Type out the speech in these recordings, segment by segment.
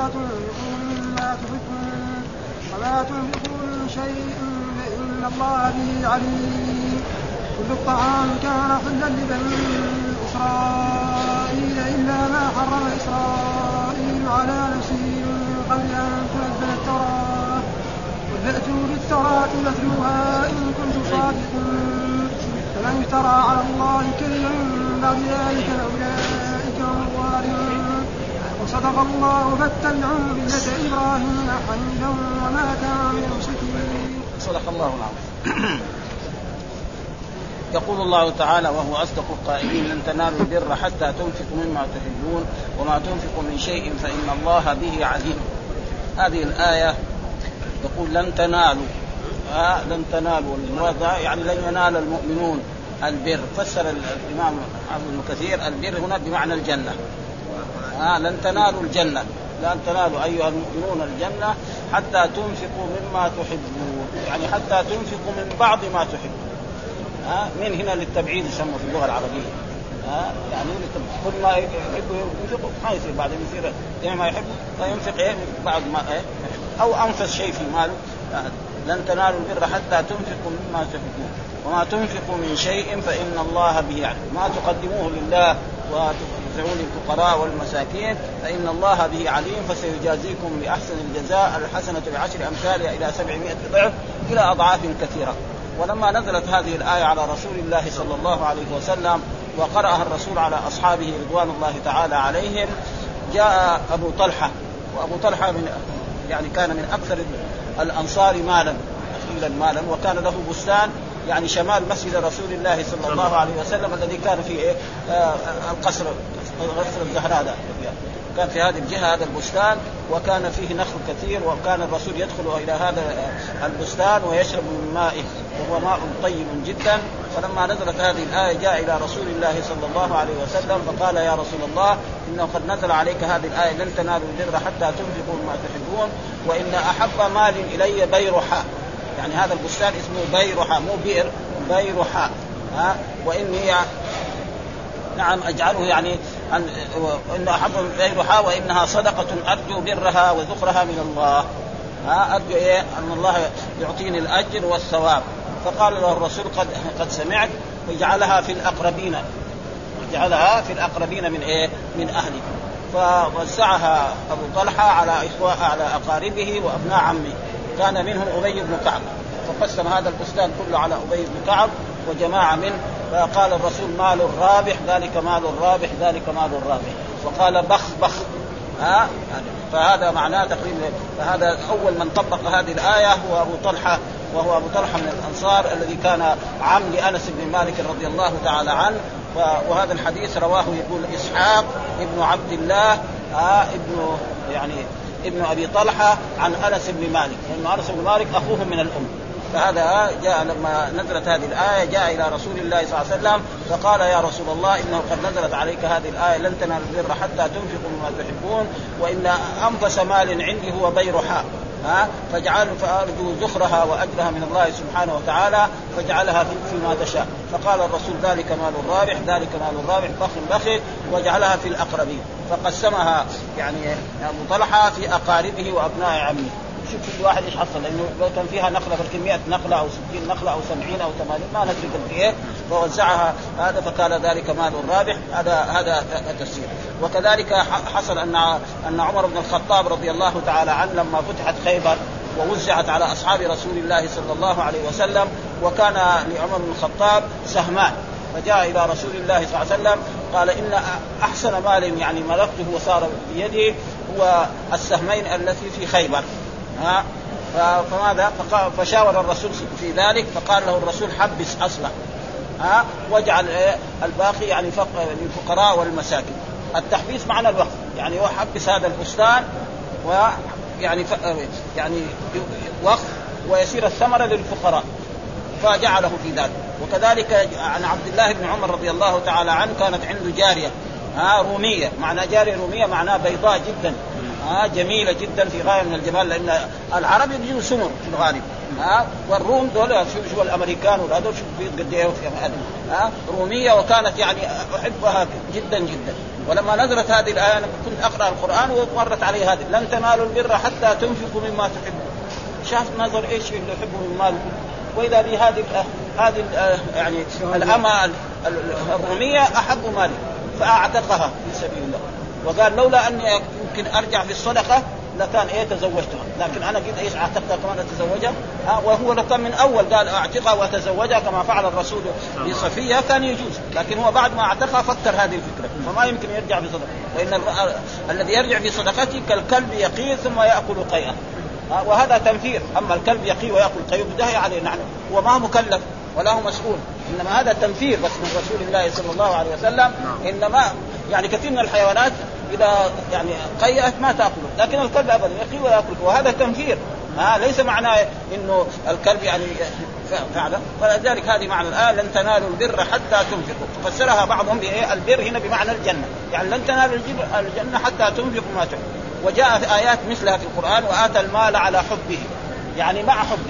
وما تنفقوا من شيء فإن الله به عليم. كل الطعام كان حلا لبني إسرائيل إلا ما حرم إسرائيل على نفسه من قبل أن تنزل التوراة قل فأتوا بالتوراة فاتلوها إن كنتم صادقين. فمن افترى على الله كذبا بعد ذلك فأولئك هم الظالمون. وصدق الله فاتبعوا ملة إبراهيم حنيفا وما كان من المشركين. صدق الله العظيم. يقول الله تعالى وهو أصدق القائلين لن تنالوا البر حتى تنفقوا مما تحبون وما تنفقوا من شيء فإن الله به عليم. هذه الآية يقول لن تنالوا لن تنالوا يعني لن ينال المؤمنون البر. فسر الإمام ابن كثير البر هنا بمعنى الجنة. لن تنالوا الجنة لن تنالوا أيها المؤمنون الجنة حتى تنفقوا مما تحبون يعني حتى تنفقوا من بعض ما تحبون. من هنا للتبعيد يسمى في اللغة العربية. يعني كل ما يحب ينفق ما يصير بعد يصير ما يحب فينفق بعد ما أو أنفس شيء في ماله. لن تنالوا البر حتى تنفقوا مما تحبون وما تنفقوا من شيء فإن الله به عليم. ما تقدموه لله وتدفعوه للفقراء والمساكين فإن الله به عليم فسيجازيكم بأحسن الجزاء الحسنة بعشر أمثالها إلى 700 ضعف إلى أضعاف كثيرة. ولما نزلت هذه الآية على رسول الله صلى الله عليه وسلم وقرأها الرسول على أصحابه رضوان الله تعالى عليهم جاء أبو طلحة. وأبو طلحة يعني كان من أكثر الأنصار مالا وكان له بستان يعني شمال مسجد رسول الله صلى الله عليه وسلم الذي كان فيه القصر الزهراء كان في هذه الجهة هذا البستان وكان فيه نخل كثير وكان الرسول يدخل إلى هذا البستان ويشرب من مائه وهو ماء طيب جدا. فلما نزلت هذه الآية جاء إلى رسول الله صلى الله عليه وسلم فقال يا رسول الله إنه قد نزل عليك هذه الآية لن تنالوا البر حتى تنفقوا ما تحبون وإن أحب مال إلي بيرحاء. يعني هذا البستان اسمه بيرحاء مو بئر بيرحاء. وإني نعم أجعله يعني إن أحب بيرحاء وإنها صدقة أرجو برها وذخرها من الله. أرجو أن الله يعطيني الأجر والثواب. فقال له الرسول قد سمعت وجعلها في الأقربين من أهله. فوزعها أبو طلحة على أقاربه وأبناء عمه كان منهم أبي بن كعب فقسم هذا البستان كله على أبي بن كعب وجماعة منه. فقال الرسول مال الرابح ذلك مال الرابح ذلك مال الرابح وقال بخ فهذا معناه تقريبا. فهذا أول من طبق هذه الآية هو أبو طلحة وهو أبو طلحة من الأنصار الذي كان عم لأنس بن مالك رضي الله تعالى عنه. وهذا الحديث رواه يقول إسحاق ابن عبد الله ابن أبي طلحة عن أنس بن مالك لأن أنس بن مالك أخوه من الأم. فهذا جاء لما نزلت هذه الآية جاء إلى رسول الله صلى الله عليه وسلم فقال يا رسول الله إنه قد نزلت عليك هذه الآية لن تنالوا البر حتى تنفقوا مما تحبون وإن أنفس مال عندي هو بيرحاء فأرجو ذخرها وأجرها من الله سبحانه وتعالى فجعلها فيما تشاء. فقال الرسول ذلك مال الرابح ذلك مال الرابح بخ وجعلها في الأقربين. فقسمها يعني أبو طلحة في أقاربه وأبناء عمه. شوف كل واحد ايش حصل لانه لو كان فيها نخله فالكمية نخله او 60 نخله او 70 او 80 ما ندري قد ايه فوزعها هذا فقال ذلك مال الرابح. هذا التفسير. وكذلك حصل ان عمر بن الخطاب رضي الله تعالى عنه لما فتحت خيبر ووزعت على اصحاب رسول الله صلى الله عليه وسلم وكان لعمر بن الخطاب سهمان فجاء الى رسول الله صلى الله عليه وسلم قال ان احسن مال يعني ملكته وصار بيدي هو السهمين التي في خيبر. فماذا فشاور الرسول في ذلك فقال له الرسول حبس أصله واجعل الباقي يعني للفقراء والمساكين. التحبيس معنى الوقف يعني هو حبس هذا البستان يعني وقف ويصير الثمرة للفقراء فجعله في ذلك. وكذلك عن عبد الله بن عمر رضي الله تعالى عنه كانت عنده جارية رومية. معنى جارية رومية معناها بيضاء جدا جميلة جدا في غاية من الجمال لأن العرب يجيبوا سمر في الغالب والروم دول شو الامريكان وهذول شو قد ايه روميه، وكانت يعني احبها جدا جدا. ولما نزلت هذه الايه انا كنت اقرا القران ومرت علي هذه لن تنالوا البر حتى تنفقوا مما تحبون. شاف نظر ايش اللي يحبه من مال، واذا بهذه يعني الامه الروميه احب مالي فاعتقها في سبيل الله، وقال لولا اني يمكن ارجع في الصدقه لكان تزوجتها، لكن انا قد اعتقتها كمان اتزوجها. وهو لو كان من اول قال اعتقها واتزوجها كما فعل الرسول بصفيه كان يجوز، لكن هو بعد ما اعتقها فكر هذه الفكره فما يمكن يرجع في صدقه، وان الذي يرجع في صدقته كالكلب يقي ثم ياكل قيئا، وهذا تنفير. اما الكلب يقي وياكل قيء بداهي عليه نحن، هو ما مكلف ولا هو مسؤول، انما هذا تنفير بس من رسول الله صلى الله عليه وسلم. انما يعني كثير من الحيوانات اذا يعني قيئت ما تاكله، لكن الكلب ابدا يقي وياكل، وهذا تنفير. ليس معناه انه الكلب يعني فعلا. فلذلك هذه معنى الآية لن تنالوا البر حتى تنفقوا. فسرها بعضهم البر هنا بمعنى الجنة، يعني لن تنالوا الجنة حتى تنفقوا ما تحبون. وجاء في آيات مثلها في القرآن وآتى المال على حبه، يعني مع حبه.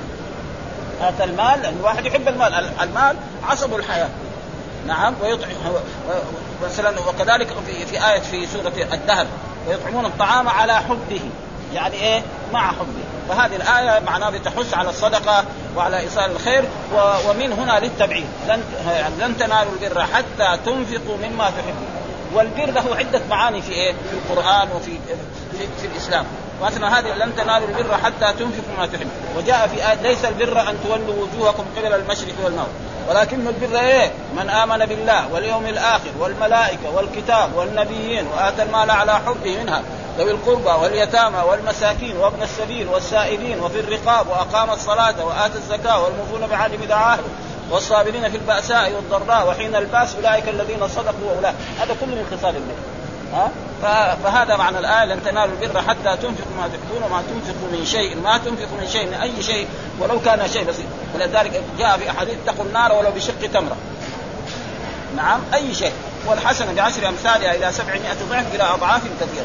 آتى المال، يعني واحد يحب المال، المال عصب الحياة. نعم. ويطعم مثلا، وكذلك في آية في سورة الدهر ويطعمون الطعام على حبه، يعني مع حبه. فهذه الآية معناها بتحث على الصدقة وعلى إيصال الخير، ومن هنا للتبعيد لن تنالوا البر حتى تنفقوا مما تحبون. والبر له عدة معاني في القرآن وفي في الإسلام. مثلا هذه لن تنالوا البر حتى تنفقوا ما تحبون. وجاء في آية ليس البر أن تولوا وجوهكم قبل المشرق والمغرب ولكن البر من آمن بالله واليوم الآخر والملائكة والكتاب والنبيين وآتى المال على حبه منها ذوي القربى واليتامى والمساكين وابن السبيل والسائلين وفي الرقاب وأقام الصلاة وآتى الزكاة والموفون بعهدهم إذا عاهدوا والصابرين في البأساء والضراء وحين الباس أولئك الذين صدقوا وأولئك. هذا كله من خصال البر. فهذا معنى الآية لن تنالوا البر حتى تنفقوا ما تحبون وما تنفقوا من شيء، ما تنفقوا من شيء من أي شيء ولو كان شيء بسيط. ولذلك جاء في أحاديث اتقوا النار ولو بشق تمرة. نعم أي شيء. والحسنة بعشر أمثالها إلى 700 ضعف إلى أضعاف كثيرة.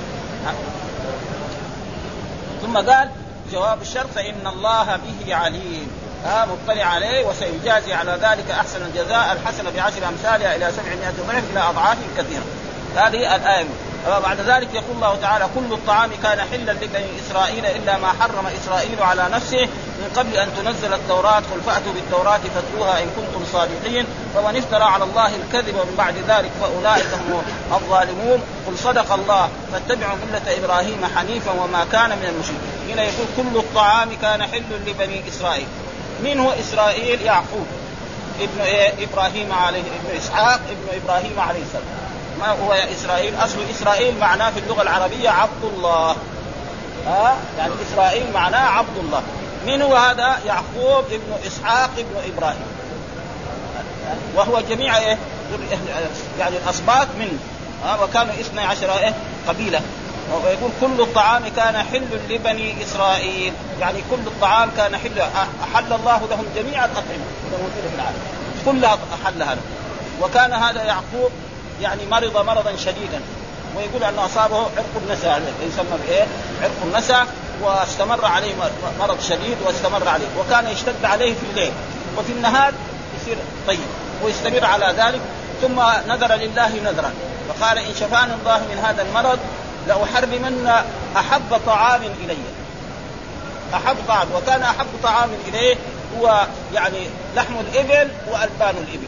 ثم قال جواب الشرط فإن الله به عليم، مطلع عليه وسيجازي على ذلك أحسن الجزاء الحسنة بعشر أمثالها إلى 700 ضعف إلى أضعاف كثيرة. هذه الآية. بعد ذلك يقول الله تعالى كل الطعام كان حلا لبني إسرائيل إلا ما حرم إسرائيل على نفسه من قبل أن تنزل التوراة قل فأتوا بالتوراة فاتلوها إن كنتم صادقين فمن افترى على الله الكذب ومن بعد ذلك فأولئك هم الظالمون. قل صدق الله فاتبعوا ملة إبراهيم حنيفا وما كان من المشركين. هنا يقول كل الطعام كان حل لبني إسرائيل. من هو إسرائيل؟ يعقوب ابن إبراهيم عليه ابن إسحاق ابن إبراهيم عليه السلام. ما هو إسرائيل؟ أصل إسرائيل معناه في اللغة العربية عبد الله. يعني إسرائيل معناه عبد الله. من هو هذا؟ يعقوب ابن إسحاق ابن إبراهيم، وهو جميع يعني الأسباط منه. وكانوا 12 قبيلة. ويقول كل الطعام كان حل لبني إسرائيل، يعني كل الطعام كان حل، أحل الله لهم جميع الأطعمة في العالم كلها أحلها لهم. وكان هذا يعقوب يعني مرض مرضا شديدا، ويقول أنه أصابه عرق النسا، يسمى عرق النسا، واستمر عليه مرض شديد واستمر عليه، وكان يشتد عليه في الليل وفي النهار يصير طيب ويستمر على ذلك. ثم نذر لله نذرا فقال إن شفاني الله من هذا المرض لأحرمن أحب طعام إلي. أحب طعام، وكان أحب طعام إليه هو يعني لحم الإبل وألبان الإبل.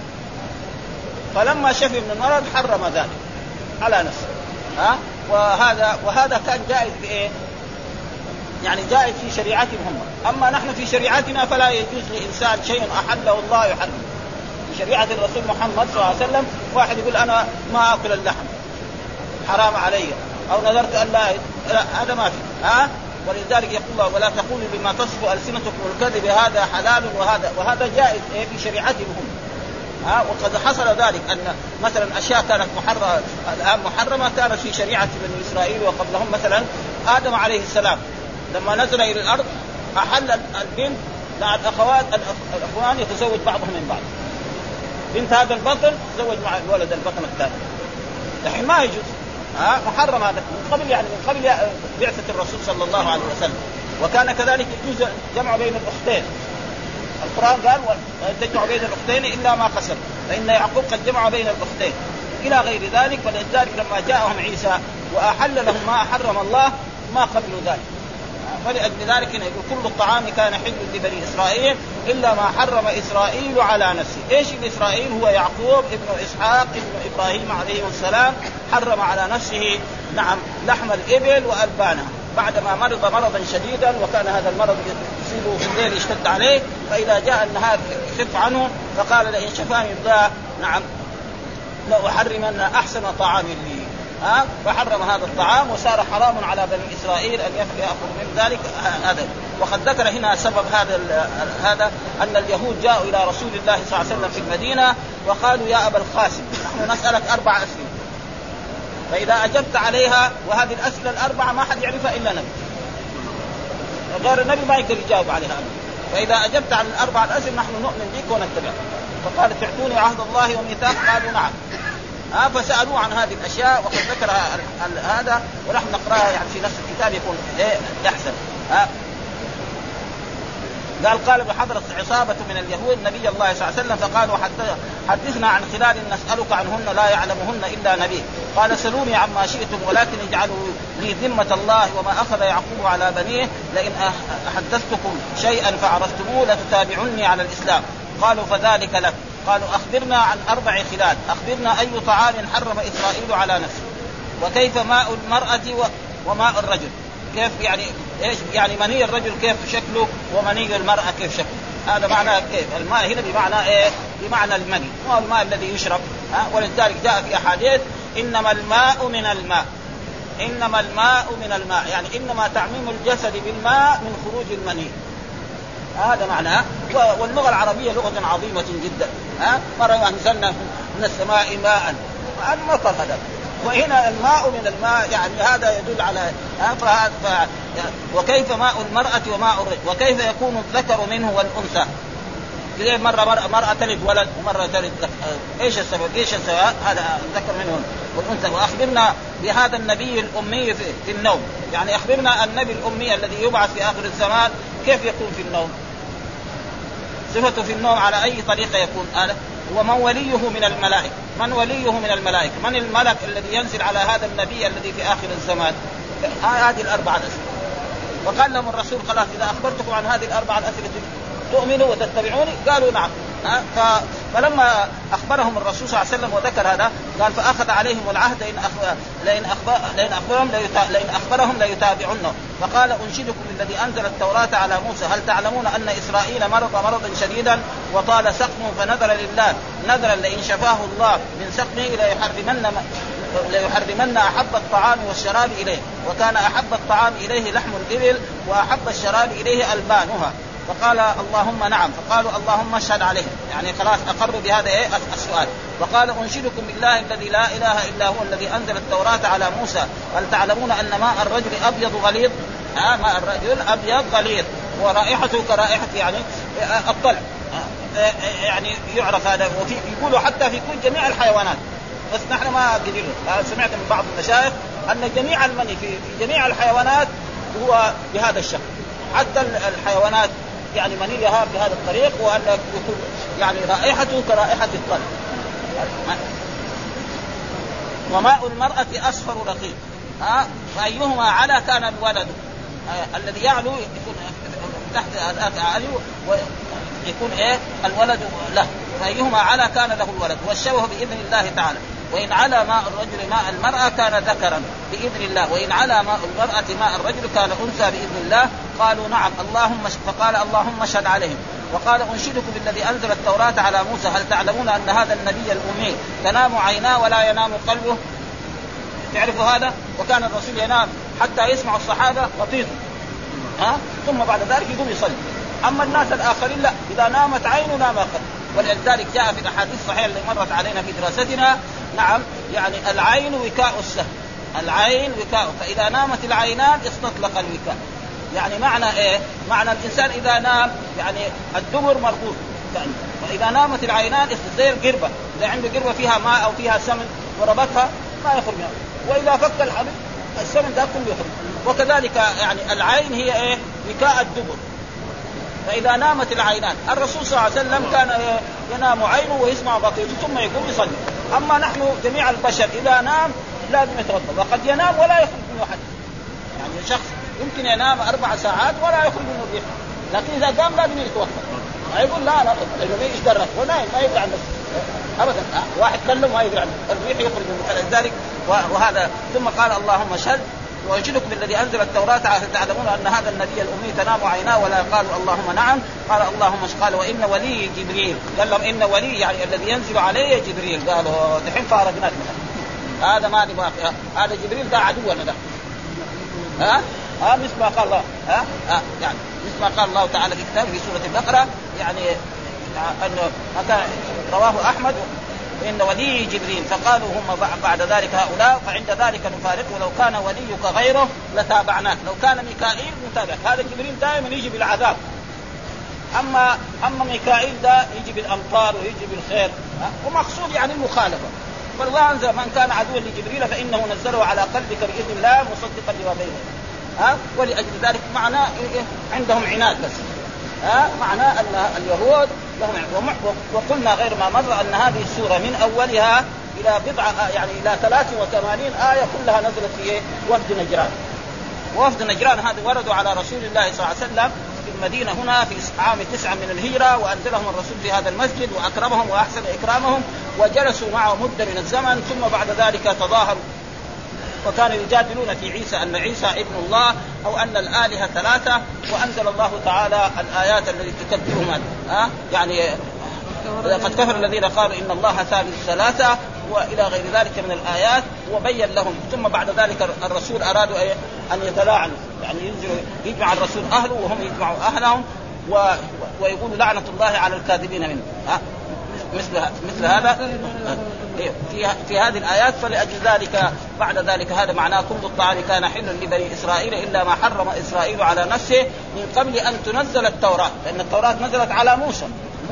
فلما شفي من المرض حرم ذلك على نفسه. وهذا كان جائز بإيه؟ يعني جائز في شريعتهم هم. أما نحن في شريعتنا فلا يجوز لإنسان شيء أحله الله يحرم. في شريعة الرسول محمد صلى الله عليه وسلم واحد يقول أنا ما أكل اللحم حرام علي، أو نذرت أن لا، هذا ما في. ولذلك يقول الله ولا تقولوا بما تصف ألسنتكم الكذب هذا حلال وهذا جائز في شريعتهم هم. وقد حصل ذلك أن مثلا أشياء كانت الآن محرمة كانت في شريعة بني إسرائيل وقبلهم. مثلا آدم عليه السلام لما نزل إلى الأرض أحل البنت مع الأخوان يتزوج بعضهم من بعض. بنت هذا البطن تزوج مع الولد البطن الثاني، الحين ما يجوز. محرم هذا من قبل، يعني من قبل بعثة الرسول صلى الله عليه وسلم. وكان كذلك يجوز جمع بين الأختين. القرآن قال تجمع بين الأختين إلا ما قسم، فإن يعقوب قد جمع بين الأختين إلى غير ذلك. فلذلك لما جاءهم عيسى وأحل لهم ما حرم الله ما قبلوا ذلك. ولأجل ذلك يقول كل الطعام كان حل لبني إسرائيل إلا ما حرم إسرائيل على نفسه. إيش إسرائيل؟ هو يعقوب ابن إسحاق ابن إبراهيم عليه السلام، حرم على نفسه نعم لحم الإبل وألبانها بعدما مرض مرضا شديدا، وكان هذا المرض يصيبه في الليل يشتد عليه، فإذا جاء النهار يخف عنه، فقال لئن شفاني الله نعم لأحرمن أحسن طعام لي. فحرم هذا الطعام وصار حرام على بني إسرائيل أن يأكلوا من ذلك هذا. وقد ذكر هنا سبب هذا أن اليهود جاءوا إلى رسول الله صلى الله عليه وسلم في المدينة وقالوا يا أبا القاسم نحن نسألك 4 أسئلة، فإذا أجبت عليها، وهذه الأسئلة ال4 ما حد يعرفها إلا نبي، غير النبي ما يقدر يجاوب عليها، فإذا أجبت عن ال4 الأسئلة نحن نؤمن بك ونتبعك. فقال تعطوني عهد الله وميثاق؟ قالوا نعم. فسألوا عن هذه الأشياء وقد ذكر هذا، ونحن نقرأها يعني في نفس الكتاب يكون يحسن. قال بحضرة عصابة من اليهود نبي الله صلى الله عليه وسلم، فقالوا حدثنا عن خلال نسألك عنهن لا يعلمهن إلا نبي. قال سلوني عما شئتم ولكن اجعلوا لي ذمة الله وما أخذ يعقوب على بنيه، لئن حدثتكم شيئا فعرفتموه لتتابعني على الإسلام. قالوا فذلك لك. قالوا أخبرنا عن 4 خلال، أخبرنا أي طعام حرم إسرائيل على نفسه، وكيف ماء المرأة وماء الرجل، كيف يعني إيش يعني مني الرجل كيف شكله ومني المرأة كيف شكله. هذا معنى كيف الماء هنا بمعنى إيه؟ بمعنى المني، هو الماء الذي يشرب. ولذلك جاء في أحاديث إنما الماء من الماء، إنما الماء من الماء، يعني إنما تعميم الجسد بالماء من خروج المني، هذا معناه. واللغة العربية لغة عظيمة جدا. مرة أنزلنا من السماء ماء، المطر هذا، وهنا الماء من الماء، يعني هذا يدل على وكيف ماء المرأة وماء الرجل، وكيف يكون الذكر منه والأنثى. مرة تلد ولد ومرة تلد إيش السبب؟ إيش السبب؟ هذا الذكر منه والأنثى. وأخبرنا بهذا النبي الأمي في النوم، يعني أخبرنا النبي الأمي الذي يبعث في آخر الزمان كيف يكون في النوم، صفته في النوم على أي طريقة يكون. ومن وليه من الملائكة، من وليه من الملائكة، من الملك الذي ينزل على هذا النبي الذي في آخر الزمان. هذه ال4 أسئلة. وقال لهم الرسول خلاص إذا أخبرتكم عن هذه ال4 أسئلة تؤمنوا وتتبعوني؟ قالوا نعم. فلما أخبرهم الرسول صلى الله عليه وسلم وذكر هذا، قال فأخذ عليهم العهد لئن أخبرهم ليتابعنه. فقال أنشدكم بالذي أنزل التوراة على موسى هل تعلمون أن إسرائيل مرض مرضا شديدا وطال سقمه فنذر لله نذرا لئن شفاه الله من سقمه ليحرمن أحب الطعام والشراب إليه، وكان أحب الطعام إليه لحم الإبل وأحب الشراب إليه ألبانها. فقال اللهم نعم. فقالوا اللهم اشهد عليه، يعني خلاص أقروا بهذا السؤال. وقال أنشدكم بالله الذي لا إله إلا هو الذي أنزل التوراة على موسى هل تعلمون أن ماء الرجل أبيض غليظ، ماء الرجل أبيض غليظ ورائحته كرائحة يعني الطلع، يعني يعرف هذا. وفي يقولوا حتى في كل جميع الحيوانات، بس نحن ما قدرنا. سمعت من بعض المشايخ أن جميع المني في جميع الحيوانات هو بهذا الشكل، حتى الحيوانات يعني منيها بهذا الطريق، وأن يكون يعني رائحته كرائحة الطلع. وماء المرأة أصفر رقيق، فأيهما على كان الولد الذي يعلو يكون تحت علو ويكون الولد له، فأيهما على كان له الولد، والشبه بإذن الله تعالى. وإن على ماء الرجل ماء المرأة كان ذكرا بإذن الله، وإن على ماء المرأة ماء الرجل كان أنثى بإذن الله. قالوا نعم. فقال اللهم اشهد عليهم. وقال أنشدكم بالذي أنزل التوراة على موسى هل تعلمون أن هذا النبي الأمي تنام عيناه ولا ينام قلبه؟ تعرفوا هذا؟ وكان الرسول ينام حتى يسمع الصحابة وطيطه، ثم بعد ذلك يقوم يصلي. أما الناس الآخرين لا، إذا نامت عينه نام قلبه. ولذلك جاء في الأحاديث الصحيحة اللي مرت علينا في دراستنا نعم، يعني العين وكاء السهم، العين وكاء، فإذا نامت العينان استطلق الوكاء. يعني معنى إيه؟ معنى الإنسان إذا نام يعني الدبر مربوط، فإذا نامت العينان زي القربة، إذا عنده قربة فيها ماء أو فيها سمن وربطها ما يخرج منها، وإذا فك الحبل السمن ده كله يخرج. وكذلك يعني العين هي إيه؟ وكاء الدبر. فإذا نامت العينان، الرسول صلى الله عليه وسلم كان ينام عينه ويسمع بطيطه ثم يقوم يصلي. أما نحن جميع البشر إذا نام لازم يتوضأ، وقد ينام ولا يخرج منه حدث. يعني شخص يمكن ينام 4 ساعات ولا يخرج منه الريح، لكن إذا قام لازم يتوضأ. ما يقول لا لأنه إيش درك ونايم ما يدري عن نفسه أبدا. واحد كلم ما يدري عنه، الريح يخرج منه ذلك. وهذا ثم قال اللهم اشهد وأنشدكم بالذي أنزل التوراة تعلمون أن هذا النبي الأمي تنام عيناه ولا قالوا اللهم نعم. قال اللهم قال وإن ولي جبريل، قال لهم إن ولي يعني الذي ينزل عليه جبريل. قالوا دحين فارقناك هذا ما نبغى، هذا جبريل ده عدونا ده. مثل ما قال الله يعني مثل ما قال الله تعالى في كتابه في سورة البقرة، يعني أنه رواه أحمد إن ولي جبريل. فقالوا هم بعد ذلك هؤلاء فعند ذلك نفارقه، ولو كان وليك غيره لتابعناك. لو كان ميكائيل نتابعك، هذا جبريل دائما يجي بالعذاب، أما ميكائيل ده يجي بالأمطار ويجي بالخير، ومقصود يعني المخالفة. فالله أنزل من كان عدوا لجبريل فإنه نزله على قلبك بإذن الله مصدقا لما بينه. ولأجل ذلك معناه عندهم عناد بس. معناه أن اليهود لهم عناد. وقلنا غير ما مر أن هذه السورة من أولها إلى يعني إلى 83 آية كلها نزلت في وفد نجران. وفد نجران هذا وردوا على رسول الله صلى الله عليه وسلم في المدينة هنا في عام 9 من الهجرة، وأنزلهم الرسول في هذا المسجد وأكرمهم وأحسن إكرامهم، وجلسوا معه مدة من الزمن. ثم بعد ذلك تظاهروا وكانوا يجادلون في عيسى أن عيسى ابن الله أو أن الآلهة 3، وأنزل الله تعالى الآيات التي تكذبهم يعني قد كفر الذين قالوا إن الله ثالث 3 وإلى غير ذلك من الآيات وبين لهم. ثم بعد ذلك الرسول أرادوا أن يتلاعنوا، يعني يجمع الرسول أهله وهم يجمعوا أهلهم ويقولوا لعنة الله على الكاذبين منه. مثل هذا في هذه الآيات. فلأجل ذلك بعد ذلك هذا معناه كل الطعام كان حلا لبني إسرائيل إلا ما حرم إسرائيل على نفسه من قبل أن تنزل التوراة، لأن التوراة نزلت على موسى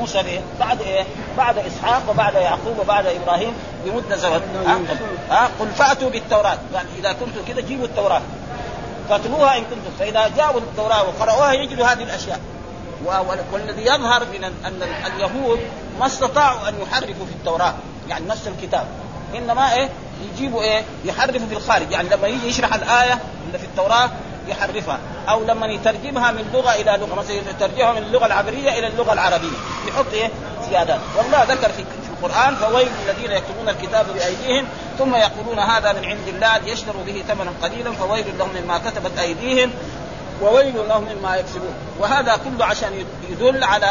بعد إسحاق وبعد يعقوب وبعد إبراهيم بمدة زمن. قل فأتوا بالتوراة، يعني إذا كنتم كده جيبوا التوراة فاتلوها إن كنتم. فإذا جابوا التوراة وقرأوها يجدوا هذه الأشياء. والذي يظهر من أن اليهود ما استطاعوا أن يحرفوا في التوراة يعني نفس الكتاب، إنما يجيبوا يحرفوا في الخارج. يعني لما يجي يشرح الآية اللي في التوراة يحرفها، أو لما يترجمها من لغة إلى لغة، مثلا يترجمها من اللغة العبرية إلى اللغة العربية يحط زيادات. والله ذكر في القرآن فويل الذين يكتبون الكتاب بأيديهم ثم يقولون هذا من عند الله ليشتروا به ثمنا قليلا فويل لهم مما كتبت أيديهم وويل لهم مما يكسبون. وهذا كله عشان يدل على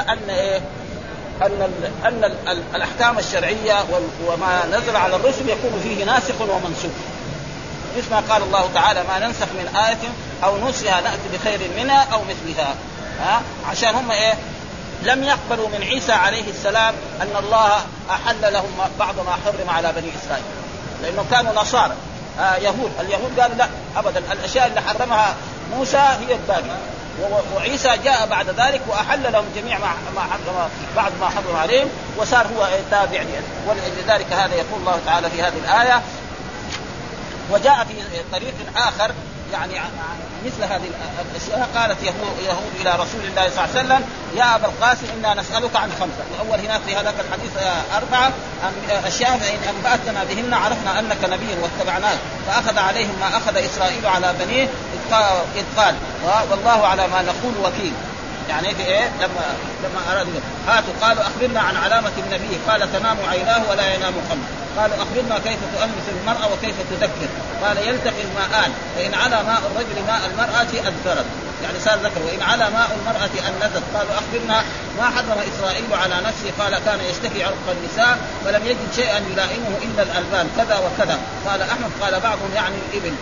أن الأحكام الشرعية وما نزل على الرسل يكون فيه ناسخ ومنسوخ. مثل ما قال الله تعالى ما ننسخ من آية أو ننسها نأتي بخير منها أو مثلها. عشان هم لم يقبلوا من عيسى عليه السلام أن الله أحل لهم بعض ما حرم على بني إسرائيل، لأنه كانوا نصارى يهود. اليهود قالوا لا أبدا، الأشياء اللي حرمها موسى هي الباقي، وعيسى جاء بعد ذلك وأحل لهم جميع ما حرم بعد ما حرم عليهم وصار هو تابع لهم. ولذلك هذا يقول الله تعالى في هذه الآية. وجاء في طريق آخر يعني مثل هذه الأشياء قالت يهود إلى رسول الله صلى الله عليه وسلم يا أبا القاسم إنا نسألك عن 5. الأول هناك في هذا الحديث 4 أشياء فإن أنبأتنا بهن عرفنا أنك نبي واتبعناك، فأخذ عليهم ما أخذ إسرائيل على بنيه إذ قال والله على ما نقول وكيل. يعني في لما أرادوا قالوا أخبرنا عن علامة النبي، قال تنام عيناه ولا ينام قلبه. قالوا أخبرنا كيف تؤنس المرأة وكيف تذكر، قال يلتقي الماءان فإن على ماء الرجل ماء المرأة أذكرت، يعني صار ذكر، وإن على ماء المرأة أنثت. قالوا أخبرنا ما حرم إسرائيل على نفسه، قال كان يشتكي عرق النساء فلم يجد شيئا يلائمه إلا الألبان كذا وكذا. قال أحمد قال بعضهم يعني الإبل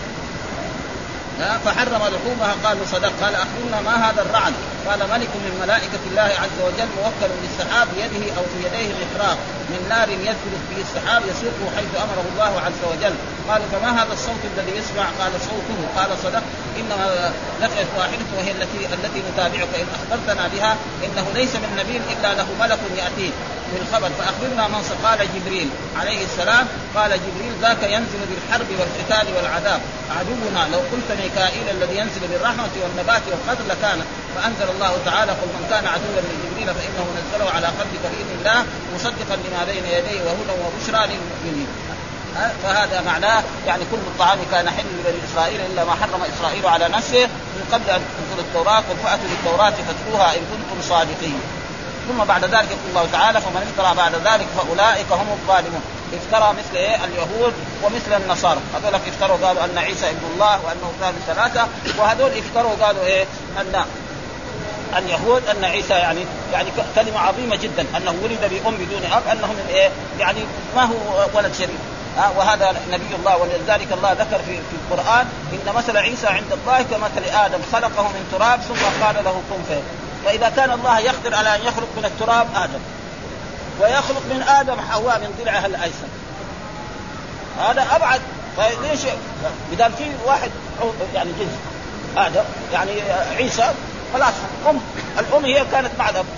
فحرم لحومها. قالوا صدق. قال أخبرنا ما هذا الرعد، قال ملك من ملائكة الله عز وجل موكل بالسحاب بيده أو في يديه مخراق من نار يدخل به السحاب يسوقه حيث أمره الله عز وجل. قالوا فما هذا الصوت الذي يسمع، قال صوته. قال صدق إنما نفعت واحدة وهي التي نتابعك إن أخبرتنا بها، إنه ليس من نبي إلا له ملك يأتيه بالخبر فأخبرنا من قال جبريل عليه السلام قال جبريل ذاك ينزل بالحرب والقتال والعذاب عدونا لو قلت ميكائيل الذي ينزل بالرحمة والنبات والقدر لكان فأنزل الله تعالى قل من كان عدوا لجبريل فإنه نزله على قلبك بإذن الله مصدقا لما بين يديه وهدى وبشرى للمؤمنين. فهذا معناه يعني كل الطعام كان حل لبني إسرائيل إلا ما حرم إسرائيل على نفسه من قبل أن تنزل التوراة قل فأتوا بالتوراة فاتلوها إن كنتم صادقين. ثم بعد ذلك يقول الله تعالى فمن افترى بعد ذلك فأولئك هم الظالمون. افترى مثل اليهود ومثل النصارى هذول افتروا قالوا أن عيسى ابن الله وأنه ثالث ثلاثة وهذول افتروا قالوا أن اليهود أن عيسى يعني كلمة عظيمة جدا أنه ولد بأم بدون أب أنه من يعني ما هو ولد شريف وهذا نبي الله. ولذلك الله ذكر في القرآن إن مثل عيسى عند الله كمثل آدم خلقه من تراب ثم قال له كن فيكون. فإذا كان الله يقدر على أن يخلق من التراب آدم ويخلق من آدم حواء من ضلعها الأيسر هذا أبعد. فليش بدل في واحد يعني جنس آدم يعني عيسى خلاص الأم هي كانت مع الأب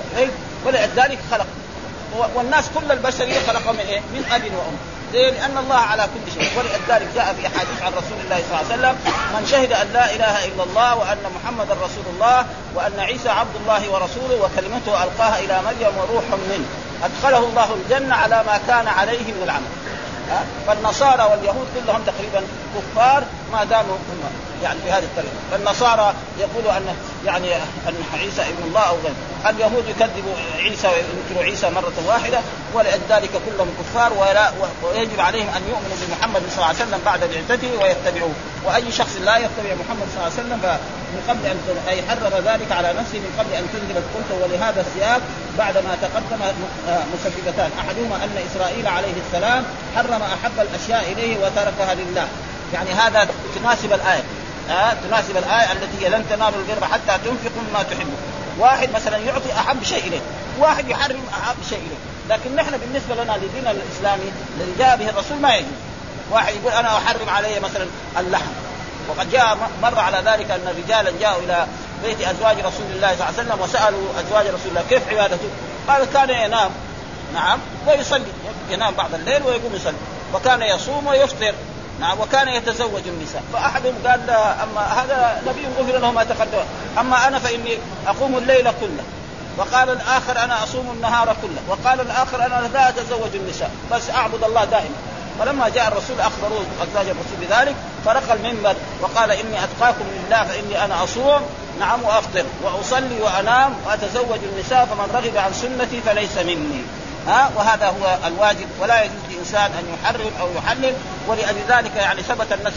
ولذلك خلق والناس كل البشرية خلقوا من من أب وأم لأن الله على كل شيء. ولذلك جاء في حديث عن رسول الله صلى الله عليه وسلم من شهد أن لا إله إلا الله وأن محمد رسول الله وأن عيسى عبد الله ورسوله وكلمته ألقاها إلى مريم وروح منه أدخله الله الجنة على ما كان عليه من العمل. فالنصارى واليهود كلهم تقريبا كفار ما داموا يعني بهذه الطريقة. فالنصارى يقولوا أن يعني أن عيسى ابن الله أو غيره. اليهود يكذبوا عيسى وينكروا عيسى مرة واحدة ولذلك كلهم كفار ويجب عليهم أن يؤمنوا بمحمد صلى الله عليه وسلم بعد بعثته ويتبعوه. وأي شخص لا يتبع محمد صلى الله عليه وسلم من قبل أن حرر ذلك على نفسه من قبل أن تنزل القلت. ولهذا السياق بعدما تقدم مسببتان أحدهما أن إسرائيل عليه السلام حرم أحب الأشياء إليه وتركها لله. يعني هذا تناسب الآية تناسب الآية التي لن تنالوا البر حتى تنفقوا مما تحبون. واحد مثلا يعطي أحب شيء إليه واحد يحرم أحب شيء إليه. لكن نحن بالنسبة لنا لدينا الإسلامي الذي جاء به الرسول ما يجوز واحد يقول أنا أحرم عليه مثلا اللحم. وقد جاء مر على ذلك أن رجالا جاءوا إلى بيت أزواج رسول الله صلى الله عليه وسلم وسألوا أزواج رسول الله كيف عبادته. قال كان ينام نعم ويصلي ينام بعض الليل ويقوم يصلي وكان يصوم ويفطر نعم وكان يتزوج النساء. فأحدهم قال أما هذا نبي غفر له ما تقدم أما أنا فإني أقوم الليل كله. وقال الآخر أنا أصوم النهار كله. وقال الآخر أنا لا أتزوج النساء بس أعبد الله دائما. فلما جاء الرسول أخبروه أزواج الرسول بذلك فرق المنبر وقال إني أتقاكم لله فإني أنا أصوم نعم وأفطر وأصلي وأنام وأتزوج النساء فمن رغب عن سنتي فليس مني. وهذا هو الواجب ولا يجوز لإنسان أن يحرم أو يحلل. ولذلك يعني ثبت النسخ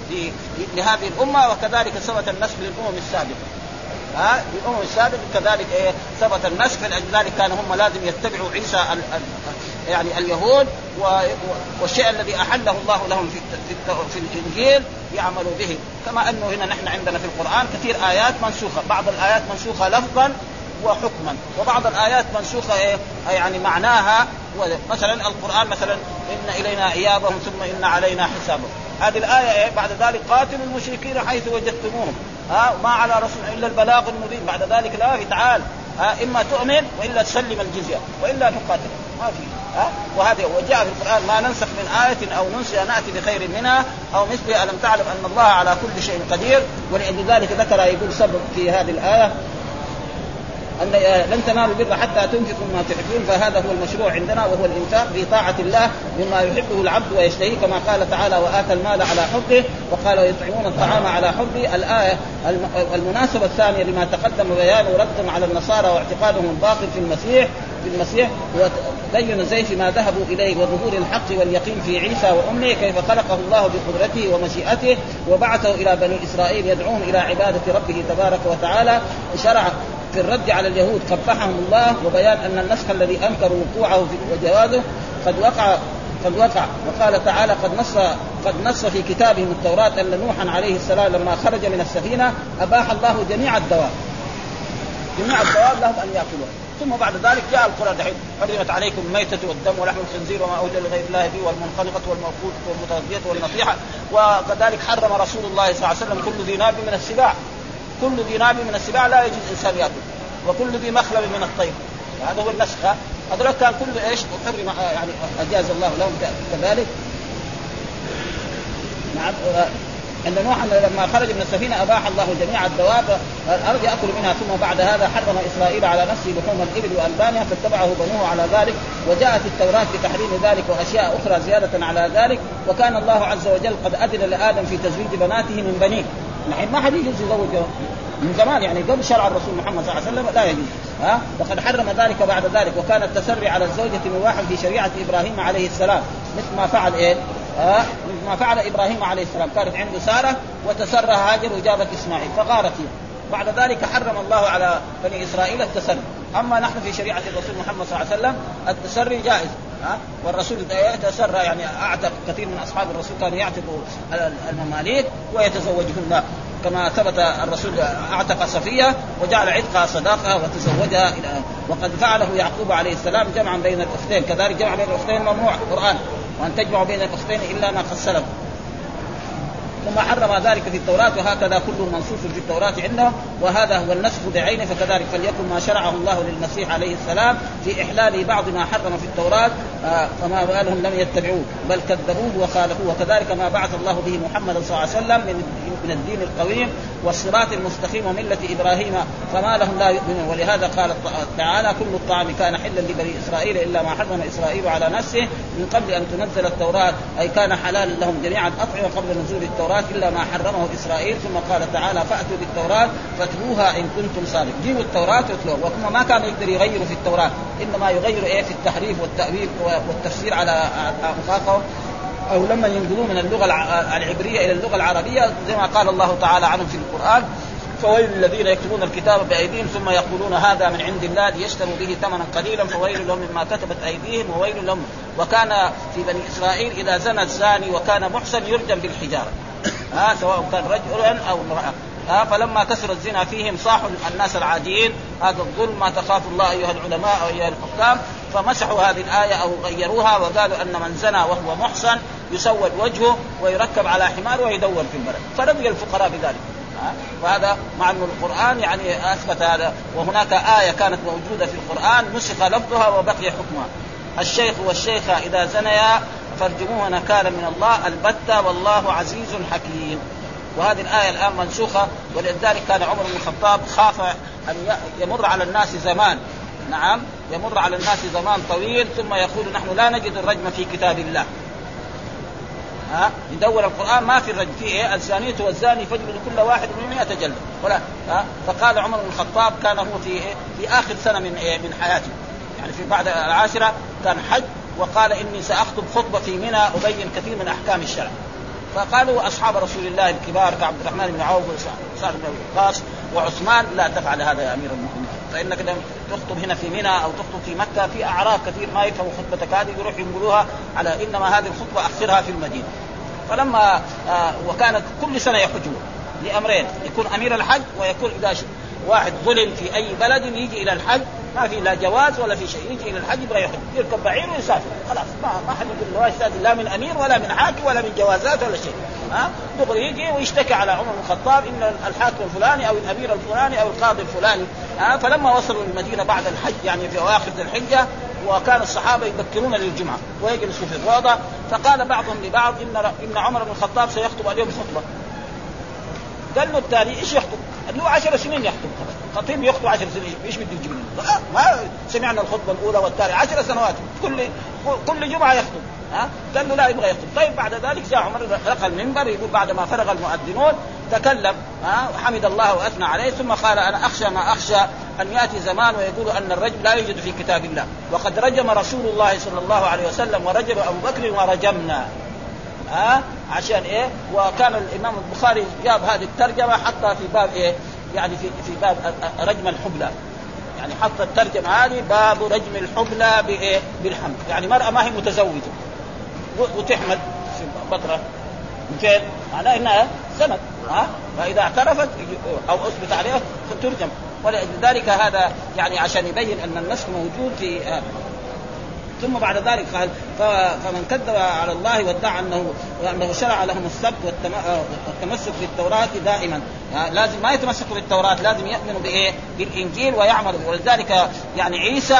لهذه الأمة وكذلك ثبت النسخ للأمم السابقة. الأمم السابقة كذلك ثبت النسخ. فلذلك كان هم لازم يتبعوا عيسى يعني اليهود والشيء الذي أحله الله لهم في الإنجيل يعملوا به. كما أنه هنا نحن عندنا في القرآن كثير آيات منسوخة بعض الآيات منسوخة لفظا وحكما وبعض الآيات منسوخة يعني معناها. مثلا القرآن مثلا إن إلينا إيابهم ثم إن علينا حسابهم. هذه الآية بعد ذلك قاتلوا المشركين حيث وجدتموهم ما على رسول إلا البلاغ المبين. بعد ذلك لا تعال إما تؤمن وإلا تسلم الجزية وإلا تقاتل ما في. وهذا وجاء في القرآن ما ننسخ من آية أو ننسها نأتي بخير منها أو مثلها ألم تعلم أن الله على كل شيء قدير. ولذلك ذكر يقول سبب في هذه الآية أن لن تنالوا البر حتى تنفقوا مما تحبون. فهذا هو المشروع عندنا وهو الإنفاق في طاعة الله مما يحبه العبد ويشتهيه كما قال تعالى وآتى المال على حبه وقال ويطعمون الطعام على حبه. الآية المناسبة الثانية لما تقدم بيانه رد على النصارى واعتقادهم الباطل في المسيح وبين زيف ما ذهبوا إليه وظهور الحق واليقين في عيسى وأمه كيف خلقه الله بقدرته ومشيئته وبعثه إلى بني إسرائيل يدعوهم إلى عبادة ربه تبارك وتعالى. شرع في الرد على اليهود قبحهم الله وبيان أن النسخ الذي أنكروا وقوعه وجوازه قد وقع. وقال تعالى قد نص في كتابهم التوراة أن نوحا عليه السلام لما خرج من السفينة أباح الله جميع الدواب لهم أن يأكلوها. ثم بعد ذلك جاء القرآن دحين حرمت عليكم الميتة والدم ولحم الخنزير وما أهل لغير الله به والمنخنقة والموقوذة والمتردية والنطيحة. وكذلك حرم رسول الله صلى الله عليه وسلم كل ذي ناب من السباع. كل ذي ناب من السباع لا يجوز إنسان يأكل وكل ذي مخلب من الطير. هذا هو النسخ هذول كان كله ايش حرم يعني اجاز الله لهم كذلك. نعم أن نوحا لما خرج من السفينة أباح الله جميع الدواب الأرض يأكل منها، ثم بعد هذا حرم إسرائيل على نفسه لحوم الإبل وألبانها فاتبعه بنوه على ذلك. وجاءت التوراة بتحريم ذلك وأشياء أخرى زيادة على ذلك. وكان الله عز وجل قد أذن لآدم في تزويج بناته من بنيه. نحن ما حد يجوز يزوجه من زمان، يعني قبل شرع الرسول محمد صلى الله عليه وسلم لا يجوز. وقد حرم ذلك بعد ذلك. وكان التسري على الزوجة مباحا في شريعة إبراهيم عليه السلام، مثل ما فعل ما فعل إبراهيم عليه السلام. كانت عنده سارة وتسرى هاجر وجابت إسماعيل فغارت هي. بعد ذلك حرم الله على بني إسرائيل التسري. أما نحن في شريعة الرسول محمد صلى الله عليه وسلم التسري جائز. والرسول تسرى يعني أعتق كثير من أصحاب الرسول كانوا يعتقوا المماليك ويتزوجهن، كما ثبت الرسول أعتق صفية وجعل عتقها صداقها وتزوجها. وقد فعله يعقوب عليه السلام جمعا بين الأختين، كذلك جمع بين الأختين ممنوع القرآن، وأن تجمع بين الأختين إلا ما قد سلف. ثم حرم ذلك في التوراة، وهكذا كله منصوص في التوراة عندهم، وهذا هو النسخ بعينه. فكذلك فليكن ما شرعه الله للمسيح عليه السلام في إحلال بعض ما حرم في التوراة، فما بالهم لم يتبعوه بل كذبوه وخالفوه. وكذلك ما بعث الله به محمد صلى الله عليه وسلم من الدين القويم والصراط المستقيم وملة إبراهيم، فما لهم لا يؤمنون. ولهذا قال تعالى كل الطعام كان حلا لبني إسرائيل إلا ما حرم إسرائيل على نفسه من قبل أن تنزل التوراة، أي كان حلالا لهم جميعا الأطعمة قبل نزول التوراة إلا ما حرمه إسرائيل. ثم قال تعالى فأتوا بالتوراة فاتلوها إن كنتم صادقين. جيبوا التوراة واتلوها. وكما ما كان يقدر يغيروا في التوراة، إنما يغير في التحريف والتأويل والتفسير على أنفاقهم، أو لما ينقلوا من اللغة العبرية إلى اللغة العربية، زي ما قال الله تعالى عنهم في القرآن فويل الذين يكتبون الكتاب بأيديهم ثم يقولون هذا من عند الله ليشتروا به ثمنا قليلا فويل لهم مما كتبت أيديهم وويل لهم. وكان في بني إسرائيل إذا زنى الزاني وكان محسن يرجم بالحجارة، سواء كان رجلا أو امرأة. فلما كسر الزنا فيهم صاحوا الناس العاديين هذا الظلم ما تخاف الله أيها العلماء أو أيها الحكام، فمسحوا هذه الآية أو غيروها وقالوا أن من زنى وهو محسن يسود وجهه ويركب على حمار ويدور في البلد، فرضي الفقراء بذلك. وهذا مع أن القرآن يعني أثبت هذا. وهناك آية كانت موجودة في القرآن نسخ لفظها وبقي حكمها: الشيخ والشيخة إذا زنيا فارجموه نكالا من الله البتة والله عزيز حكيم. وهذه الآية الآن منسوخة، ولذلك كان عمر بن الخطاب خاف أن يمر على الناس زمان، نعم يمر على الناس زمان طويل ثم يقول نحن لا نجد الرجم في كتاب الله. يدور القرآن ما في الرجم فيه الزانية والزاني فاجلدوا كل واحد منهم 100 جلدة ولا. فقال عمر بن الخطاب كان هو في آخر سنة من حياته، يعني في بعد العاشرة كان حج، وقال إني سأخطب خطبة في منى أبين كثير من أحكام الشرع. فقالوا أصحاب رسول الله الكبار كعبد الرحمن بن عوف وسعد بن وقاص وعثمان لا تفعل هذا يا أمير المؤمنين، فإنك لم تخطب هنا في منى أو تخطب في مكة في أعراب كثير ما يفهموا خطبتك هذه يروح ينقلوها على، إنما هذه الخطبة أخرها في المدينة. فلما وكانت كل سنة يحجوا لأمرين: يكون أمير الحج، ويكون إذا واحد ظلم في أي بلد يجي إلى الحج ما في لا جواز ولا في شيء، يجي إلى الحج يبغى يحج يركب بعير ويسافر خلاص، ما حد يقول له يستأذن لا من أمير ولا من حاكم ولا من جوازات ولا شيء. دغري يجي ويشتكي على عمر بن الخطاب إن الحاكم الفلاني أو الأمير الفلاني أو القاضي الفلاني. فلما وصلوا المدينة بعد الحج يعني في أواخر الحجة، وكان الصحابة يبكرون للجمعة ويجلسوا في الروضة، فقال بعضهم لبعض إن عمر بن الخطاب سيخطب اليوم خطبة. قال له التالي إيش يخطب؟ قال له 10 سنين يخطب، خطيب يخطب 10 سنين إيش بده يجيب لنا؟ ما سمعنا الخطبة الأولى والثانية 10 سنوات كل جمعة يخطب. قال له لا يبغى يخطب. طيب بعد ذلك جاء عمر رقى المنبر يقول بعد ما فرغ المؤذنون تكلم وحمد الله وأثنى عليه، ثم قال أنا أخشى ما أخشى أن يأتي زمان ويقول أن الرجم لا يوجد في كتاب الله، وقد رجم رسول الله صلى الله عليه وسلم ورجم أبو بكر ورجمنا. عشان إيه؟ وكان الإمام البخاري جاب هذه الترجمة حتى في باب إيه؟ يعني في باب رجم الحبلى، يعني حتى الترجمة هذه باب رجم الحبلى بإيه؟ بالحمل، يعني مرأة ما هي متزوجة وتحمل في بطرة مكان معناه إنها زنت، فإذا اعترفت أو أثبت عليها فترجم. ولذلك هذا يعني عشان يبين أن النسخ موجود في ثم بعد ذلك قال فمن كذب على الله وادعى أنه شرع لهم السبت والتمسك بالتوراة دائما، لازم ما يتمسكوا بالتوراة، لازم يؤمنوا بالإنجيل ويعملوا. ولذلك يعني عيسى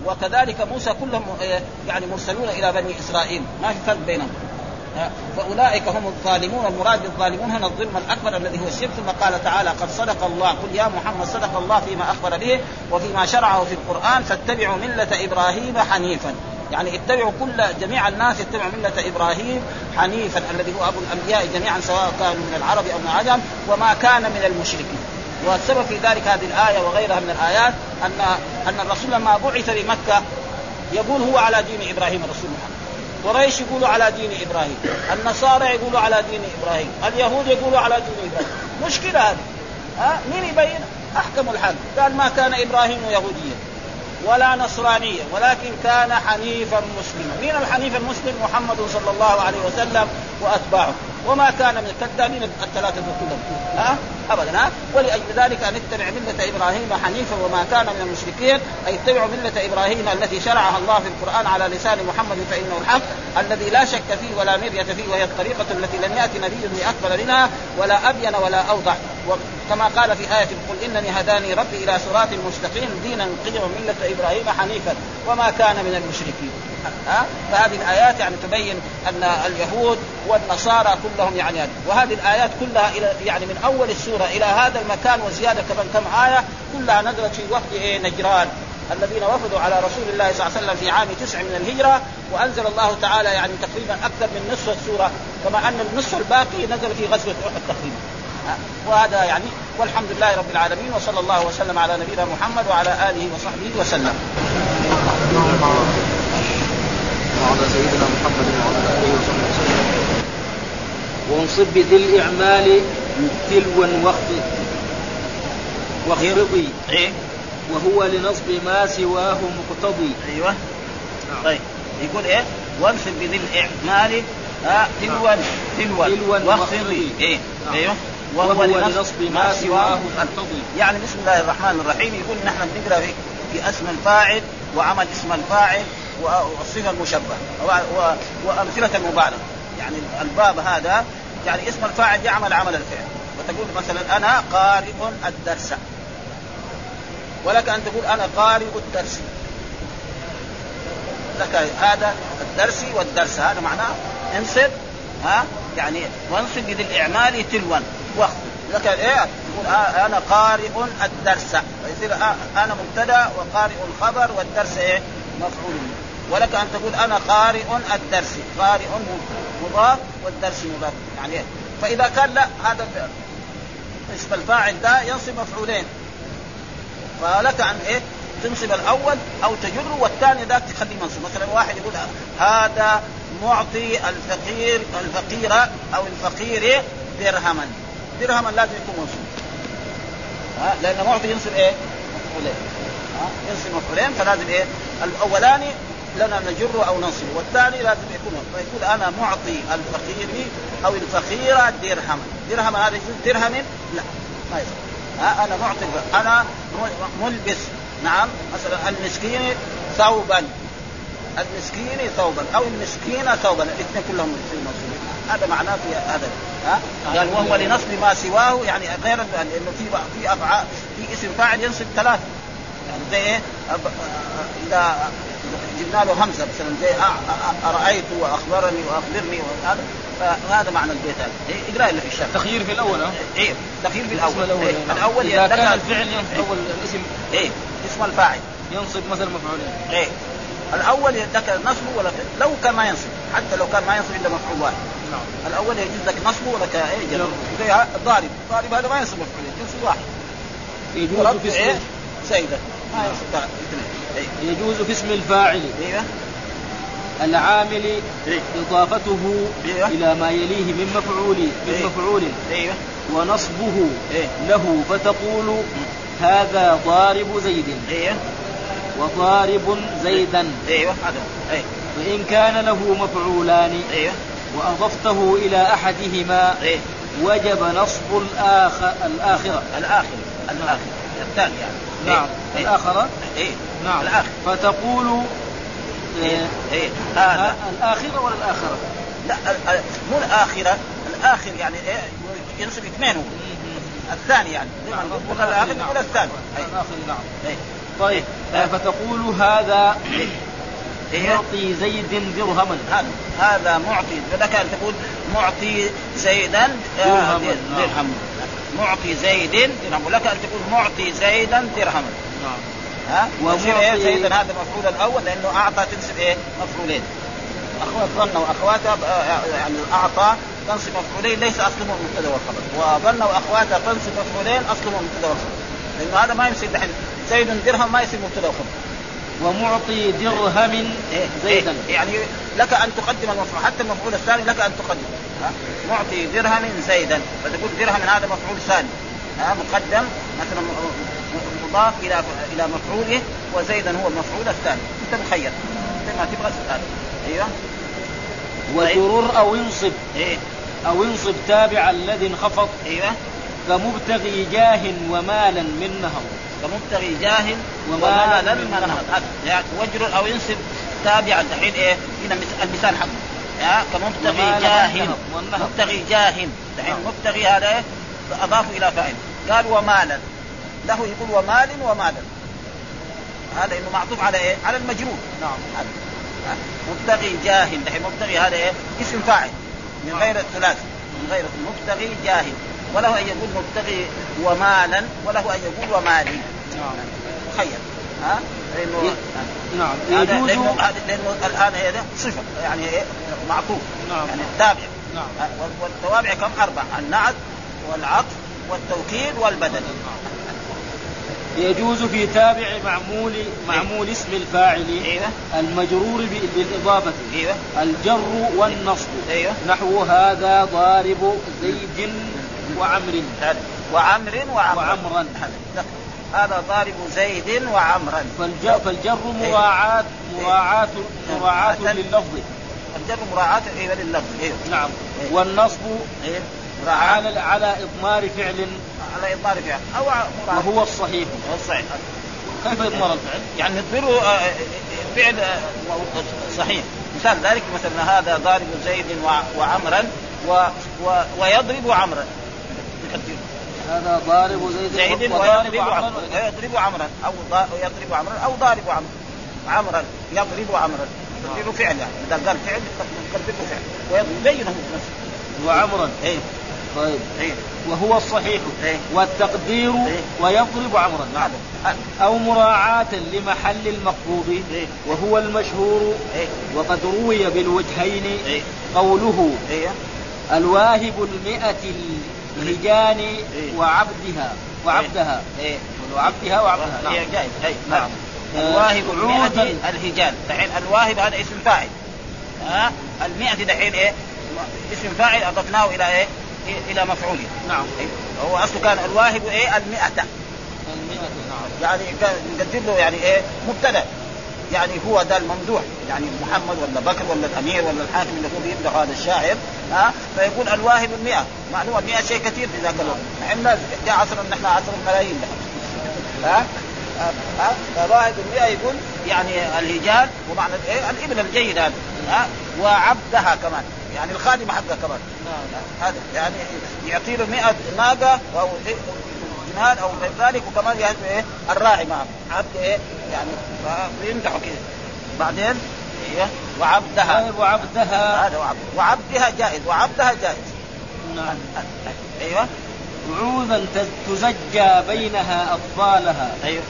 وكذلك موسى كلهم يعني مرسلون إلى بني إسرائيل، ما في فرق بينهم. فأولئك هم الظالمون. المراد بالظالمون هنا الظلم الأكبر الذي هو الشرك. ثم قال تعالى قد صدق الله، قل يا محمد صدق الله فيما أخبر به وفيما شرعه في القرآن فاتبعوا ملة إبراهيم حنيفا، يعني اتبعوا جميع الناس اتبعوا ملة إبراهيم حنيفا الذي هو أبو الأنبياء جميعا سواء كانوا من العرب أو من العجم وما كان من المشركين. والسبب في ذلك هذه الآية وغيرها من الآيات أن الرسول لما بعث لمكة يقول هو على دين إبراهيم الرسول محمد، قريش يقولوا على دين إبراهيم، النصارى يقولوا على دين إبراهيم، اليهود يقولوا على دين إبراهيم. مشكلة هذه. مين يبين؟ أحكم الحق قال ما كان إبراهيم يهوديا ولا نصرانيا ولكن كان حنيفا مسلما. مين الحنيف المسلم؟ محمد صلى الله عليه وسلم وأتباعه، وما كان من الكذابين الثلاثة كلهم أبدا. ولأجل ذلك أن اتبع ملة إبراهيم حنيفا وما كان من المشركين، أي اتبعوا ملة إبراهيم التي شرعها الله في القرآن على لسان محمد فإنه الحق الذي لا شك فيه ولا مرية فيه، وهي الطريقة التي لم يأتي نبي بأكبر منها ولا أبين ولا أوضح. كما قال في آية قل إنني هداني ربي إلى صراط مستقيم دينا قيما ملة إبراهيم حنيفا وما كان من المشركين. فهذه الآيات يعني تبين أن اليهود والنصارى كلهم يعني وهذه الآيات كلها يعني من أول السورة إلى هذا المكان وزيادة كم آية كلها نزلت في وقت نجران الذين وفدوا على رسول الله صلى الله عليه وسلم في عام 9 من الهجرة، وأنزل الله تعالى يعني تقريبا أكثر من نصف السورة، كما أن النصف الباقي نزل في غزوة أحد تقريبا. وهذا يعني والحمد لله رب العالمين، وصلى الله وسلم على نبينا محمد وعلى آله وصحبه وسلم. وعلى سيدنا محمد وعلى آله وصحبه وسلم. وانصب بذي الإعمال تلوا واخفضي وهو لنصب ما سواه مقتضي. أيوة. طيب يقول إيه؟ وانصب بذي الإعمال تلوا واخفضي. أيوة. وهو لنصب ما سواه مقتضي. يعني بسم الله الرحمن الرحيم يقول نحن بنقرأ في اسم الفاعل وعمل اسم الفاعل والصيغة المشبهة وأمثلة المبالغة. يعني الباب هذا يعني اسم الفاعل يعمل عمل الفعل، وتقول مثلا أنا قارئ الدرس، ولك أن تقول أنا قارئ الدرس، لك هذا الدرس والدرس هذا معناه انصب يعني وانصب بذي الإعمال تلوا واخفض. لك إيه؟ تقول أنا قارئ الدرس، يصير أنا مبتدأ وقارئ خبر والدرس إيه؟ مفعول. ولك أن تقول أنا قارئ الدرس، قارئ مضاف والدرس مضاف يعني إيه؟ فإذا كان لا هذا اسم الفاعل ده ينصب مفعولين، فلك أن إيه؟ تنصب الأول أو تجر والثاني ذاك تخليه منصوب. مثلا واحد يقول هذا معطي الفقير أو الفقير درهما لازم يكون منصوب، لأن معطي ينصب إيه؟ مفعولين، ينصب مفعولين، فلازم إيه؟ الأولاني لنا نجر أو ننصب والثاني لازم يكون، فيقول أنا معطي الفقير أو الفقيرة درهما هذا يجوز درهم؟ لا ما يصير. أنا معطي، أنا ملبس، نعم مثلا المسكين ثوبا أو المسكينة ثوبا، الاثنين كلهم منصوبين. هذا معناه في هذا قال وهو لنصب ما سواه، يعني غير لأنه في أفعال في اسم فاعل ينصب ثلاثة، يعني زي إيه؟ إذا جبنا له همزة مثلا زي أرأيت وأخبرني وأخبرني فهذا معنى البيت هذا. اقرأ اللي في الشرح. تخيير في الأول إيه تخيير في الأول. الأول إذا كان الفعل ينصب أول الاسم اسم الفاعل ينصب مثلا مفعولين. الأول ذكر نصبه ولا لو كان ما ينصب، حتى لو كان ما ينصب إلا مفعول واحد. الأول يجوز لك نصبه ولا جر. زي ضارب هذا ما ينصب مفعولين، ينصب واحد. يجوز في اسم سيدة ما ينصب اثنين. يجوز في اسم الفاعل العامل إضافته إلى ما يليه من مفعول ونصبه له، فتقول هذا ضارب زيد وضارب زيدا. فإن كان له مفعولان وأضفته إلى أحدهما وجب نصب الآخرة الثاني يعني. نعم الآخرة. نعم الآخرة. فتقول هذا الآخرة ولا الآخرة؟ لا مو الآخرة، الآخر يعني ينصب اثنين، الثاني يعني الآخر يقول الثاني. الآخر نعم. طيب فتقول هذا معطي زيد درهما. هذا معطي، لك أن تقول معطي زيدا درهم. معطي زيد درهم، ولك أن تقول معطي زيدا درهما. ومعطي زيدا هذا مفعول الأول لأنه أعطى تنسب مفعولين. أخوات ظن وأخواتها يعني أعطى تنصب مفعولين ليس أصلهم المبتدأ والخبر، وظن وأخواتها تنصب مفعولين أصلهم المبتدأ والخبر، لأنه هذا ما يمسك دحين زيد درهم ما يصير مبتدأ وخبر. ومعطي درهم زيدا يعني لك أن تقدم المفعول، حتى المفعول الثاني لك أن تقدم. معطي درهم زيدا، فتقول درهم هذا مفعول ثاني مقدم مثلا مضاف إلى مفعوله، وزيدا هو المفعول الثاني، أنت مخير ما تبغى الآن. أيوة. وجرر أو انصب تابع الذي انخفض. أيوة. كمبتغي جاه ومالا من نهض. كمبتغي جاه ومالا من نهض. يعني وجرر أو ينصب تابعا دحين هنا المثال حقه كمبتغي جاه. مبتغي جاه دحين مبتغي هذا أضافوا إلى فاعل، قال ومالا له يقول ومال ومالا، هذا إنه معطوف على على المجرور. نعم. مبتغي جاه دحين مبتغي هذا اسم فاعل من غير الثلاثي، من غير مبتغي جاه، وله أن يقول مبتغي ومالا، وله أن يقول ومالي. خير لأنه نعم. لأنه الآن هذا صفة يعني معطوف. يعني التابع. والتوابع كم؟ 4: النعت والعطف والتوكيد والبدل. يجوز في تابع معمول اسم الفاعل المجرور بالإضافة الجر والنصب. نحو هذا ضارب زيد وعمر. هذا ضارب زيد وعمرا. فالجر مراعاة لللفظ. الجر مراعاة لللفظ. نعم. والنصب على إضمار فعل. على إضمار فعل أو وهو الصحيح. كيف إضمار الفعل؟ يعني نضمره فعل صحيح. مثال ذلك مثلا هذا ضارب زيد وعمرا ويضرب عمرا. هذا ضارب زيد ويضرب عمرا أو يضرب عمرا أو ضارب عمرا يضرب عمرا. يضرب فعل يعني إذا قال فعل يضرب فعل ويضرب بينه نفسه وعمرا. طيب. وهو الصحيح. والتقدير ويضرب عمرا. أو مراعاة لمحل المخفوض وهو المشهور. وقد روي بالوجهين قوله الواهب 100 الهجان وعبدها. نعم. الواهب 100 الهجان. دحين الواهب هذا اسم فاعل. 100 دحين اسم فاعل أضفناه إلى إلى مفعوله. نعم. هو أصله كان الواهب 100. يعني نقدر له يعني مبتدأ، يعني هو ده الممدوح، يعني محمد ولا بكر ولا الأمير ولا الحاكم اللي هو بيمدح هذا الشاعر فيقول الواهب 100. معلومة 100 شيء كثير في ذاك الوقت. نحن جاء عصرنا نحن عصر الملايين فواحد 100 يقول يعني الهجان ومعنى الابن الجيد هذا وعبدها كمان يعني الخادم حقها كمان. هذا يعني يعطي له 100 ناقة أو جمال أو غير ذلك، وكمان يهدي الراعي معه عبد يعني يمدحه كذا. بعدين وعبدها هذا وعبدها جائز وعبدها جائز. نعم. أيوة. عوذا تزجى بينها أطفالها. أيوة.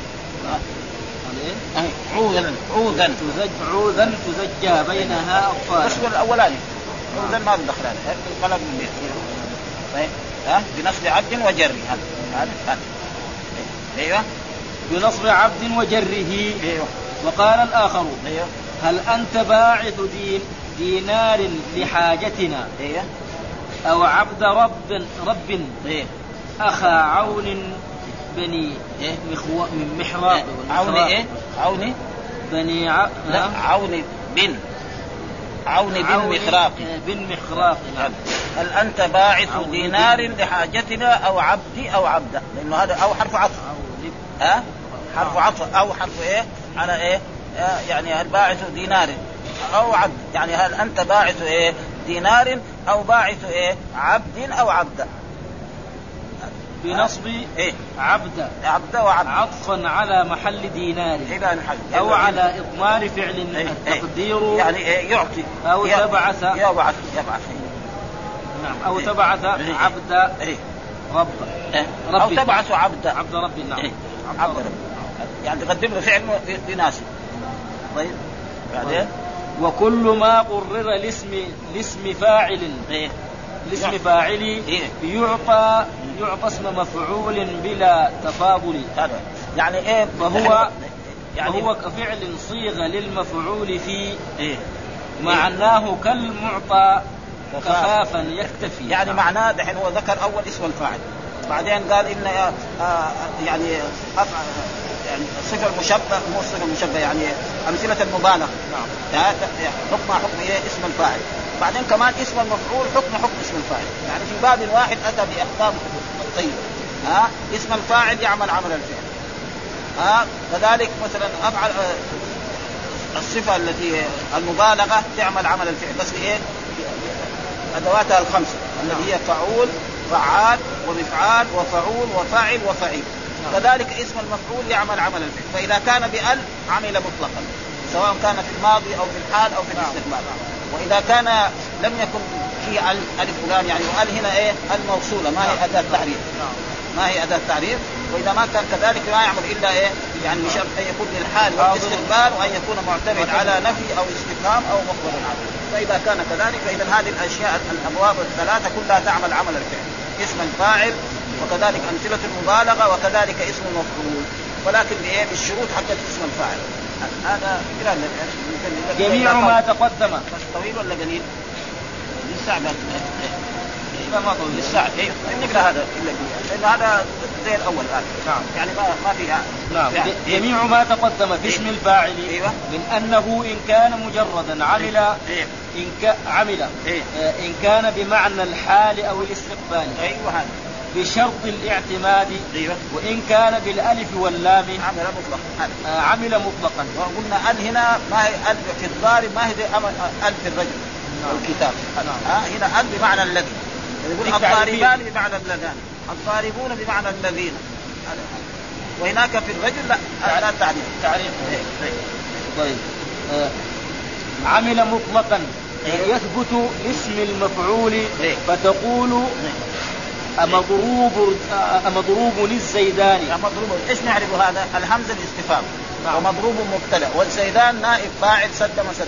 عوذا تزجى بينها أطفالها. بس الأولاني عوذا ما ندخل هذا قلب من بنصب عبد وجره هذا. أيوة. بنصب عبد وجره. أيوة. وقال الآخر أيوة. هل أنت باعث دينار لحاجتنا؟ أيوة. أو عبد رب أيوة. أخا عون بني من محراق. عون بني عون بن مخراق. هل أنت باعث دينار لحاجتنا أو عبد لأنه هذا أو حرف عطف حرف عطف أو حرف على يعني هل باعث دينار أو عبد، يعني هل أنت باعث دينار أو باعث عبد أو عبد. بنصب عبد وعبد عطفا على محل دينار أو على إضمار فعل التقدير يعني يعطي أو تبعث نعم أو تبعث عبد رب أو تبعث عبد رب نعم عبد رب يعني تقدم له فعل بناسب. طيب بعدين وكل ما قرر لاسم فاعل لاسم فاعل يعطى اسم مفعول بلا تفاضل. يعني فهو كفعل صيغ للمفعول فيه معناه كالمعطى كفافا يكتفي. يعني معناه دحين هو ذكر أول اسم الفاعل بعدين قال إن يعني الصفة المشبه مو الصفة المشبه يعني أمثلة المبالغة حكم اسم الفاعل بعدين كمان اسم المفعول حكم اسم الفاعل يعني في باب واحد أتى بأحكام طيب. اسم الفاعل يعمل عمل الفعل. كذلك مثلا أفعل الصفة التي المبالغة تعمل عمل الفعل بس أدواتها الخمسة التي هي فعول فعال ومفعال وفعول وفاعل وفعيل. كذلك اسم المفعول يعمل عمل الفعل فإذا كان بأل عمل مطلقا سواء كان في الماضي أو في الحال أو في الاستقبال. وإذا كان لم يكن فيه ألف فلان يعني وأل هنا الموصولة ما هي أداة تعريف وإذا ما كان كذلك ما يعمل إلا يعني بشرط أن يكون للحال والاستقبال وأن يكون معتمد على نفي أو استفهام أو مخبر عنه. فإذا كان كذلك فإذا هذه الأشياء الأبواب الثلاثة كلها تعمل عمل الفعل اسم الفاعل وكذلك أمثلة المبالغة وكذلك اسم المفعول ولكن بالشروط حتى اسم الفاعل. هذا جميع ما تقدم. طويل ولا قليل؟ للساعة ما طويل للساعة نقرأ هذا لأن هذا زي الأول نعم. يعني ما في نعم. جميع ما تقدم في اسم الفاعل من أنه إن كان مجردا عمل إن كان بمعنى الحال أو الاستقبال بشرط الاعتماد وإن كان بالألف واللام عمل مطلقا. وقلنا ال هنا ما هي ال في الضارب ما هي ال في الرجل والكتاب. هنا ال بمعنى الذي يقول الضاربان بمعنى اللذان الضاربون بمعنى الذين وهناك في الرجل لا تعريف. طيب عمل مطلقا يثبت اسم المفعول فتقول أمضروب للزيدان. مضروب ايش نعرف هذا؟ الهمزة الاستفهام ومضروب مبتدأ والزيدان نائب فاعل سد مسد.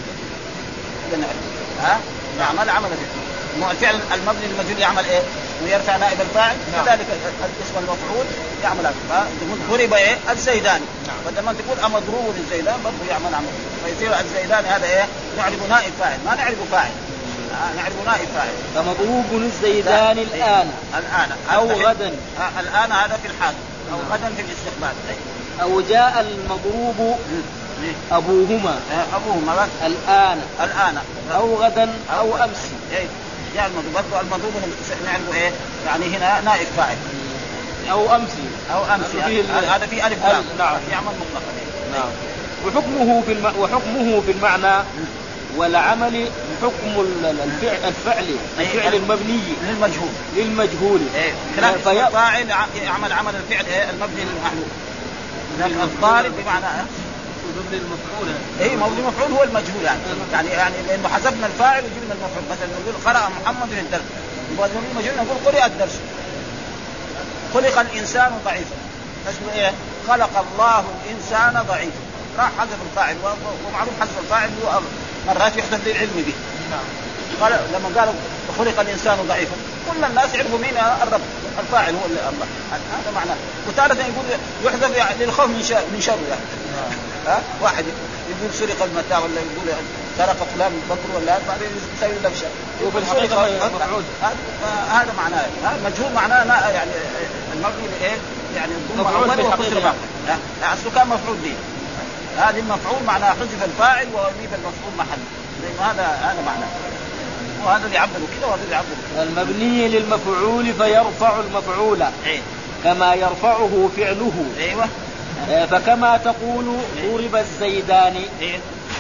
نعمل عمل الفعل المبني للمجهول يعمل ويرفع نائب الفاعل كذلك الاسم المفعول يعمل ضرب الزيدان ولما تقول أمضروب للزيدان برضه يعمل عمل فيصير الزيدان هذا نعرف نائب فاعل ما نعرف فاعل نعرف نائب فاعل. فمضروب للزيدان الآن أو غدا الآن هذا في الحال أو غدا في الاستقبال. أو جاء المضروب أبوهما الآن أو غدا أو أمس. جاء المضروب نعرف يعني هنا نائب فاعل أو أمس هذا في ألف لام يعمل مطلقا. نعم. وحكمه في المعنى والعمل حكم الفعل المبني للمجهول خلاف الفاعل يعمل عمل الفعل المبني للمعلوم. الضارب بمعنى مبني المفعول مبني المفعول هو المجهول يعني لأنه حذفنا الفاعل وجبنا المفعول مثلا نقول قرأ محمد في الدرس مبني المجهول نقول قرأ الدرس. خلق الإنسان ضعيفا خلق الله الإنسان ضعيفا راح حذف الفاعل ومعروف حذف الفاعل هو مرات يحدث للعلم به. قال لما قالوا خلق الإنسان ضعيفا كل الناس يعرفوا مين الرب الفاعل هو الله هذا معناه. وتارة يقول يحذف يعني للخوف من شر يعني. واحد يقول سرق المتاع ولا يقول سرق فلان بكر ولا بعدين يسوي له شر هذا معناه مجهول معناه يعني المبني يعني مفعول بالحقيقة أصله كان مفعول به هذا المفعول معناه حذف الفاعل ويضيف المفعول محله هذا معناه وهذا اللي يعبر كده وهذا اللي يعبر المبني للمفعول فيرفع المفعول كما يرفعه فعله. فكما تقول ضرب الزيدان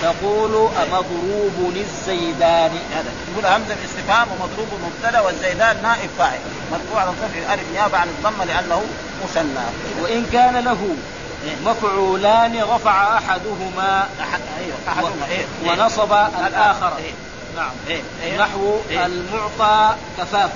تقول أمضروب الزيدان. هذا يقول همزة الاستفهام ومضروب مبتدا والزيدان نائب فاعل مرفوع على رفع الألف نيابة عن الضمة لأنه مثنى. وإن كان له مفعولان رفع أحدهما ونصب الآخر. نعم. نحو المعطى كفافا.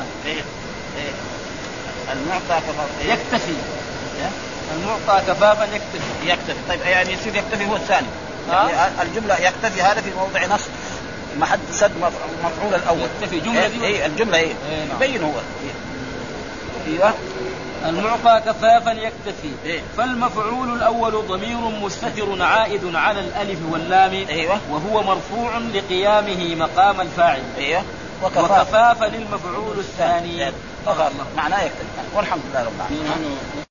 المعطى كفافا يكتفي. المعطى كفافا يكتفي. طيب يعني يصير يكتفي هو الثاني. يعني الجملة يكتفي هذا في موضع نصب محل سد مفعول الأول. يكتفي جملة دي. الجملة يبين هو. ايوه المعطى كفافا يكتفي. فالمفعول الأول ضمير مستتر عائد على الألف واللام. وهو مرفوع لقيامه مقام الفاعل. وكفافا للمفعول الثاني. معناه يكتفي. والحمد لله رب العالمين.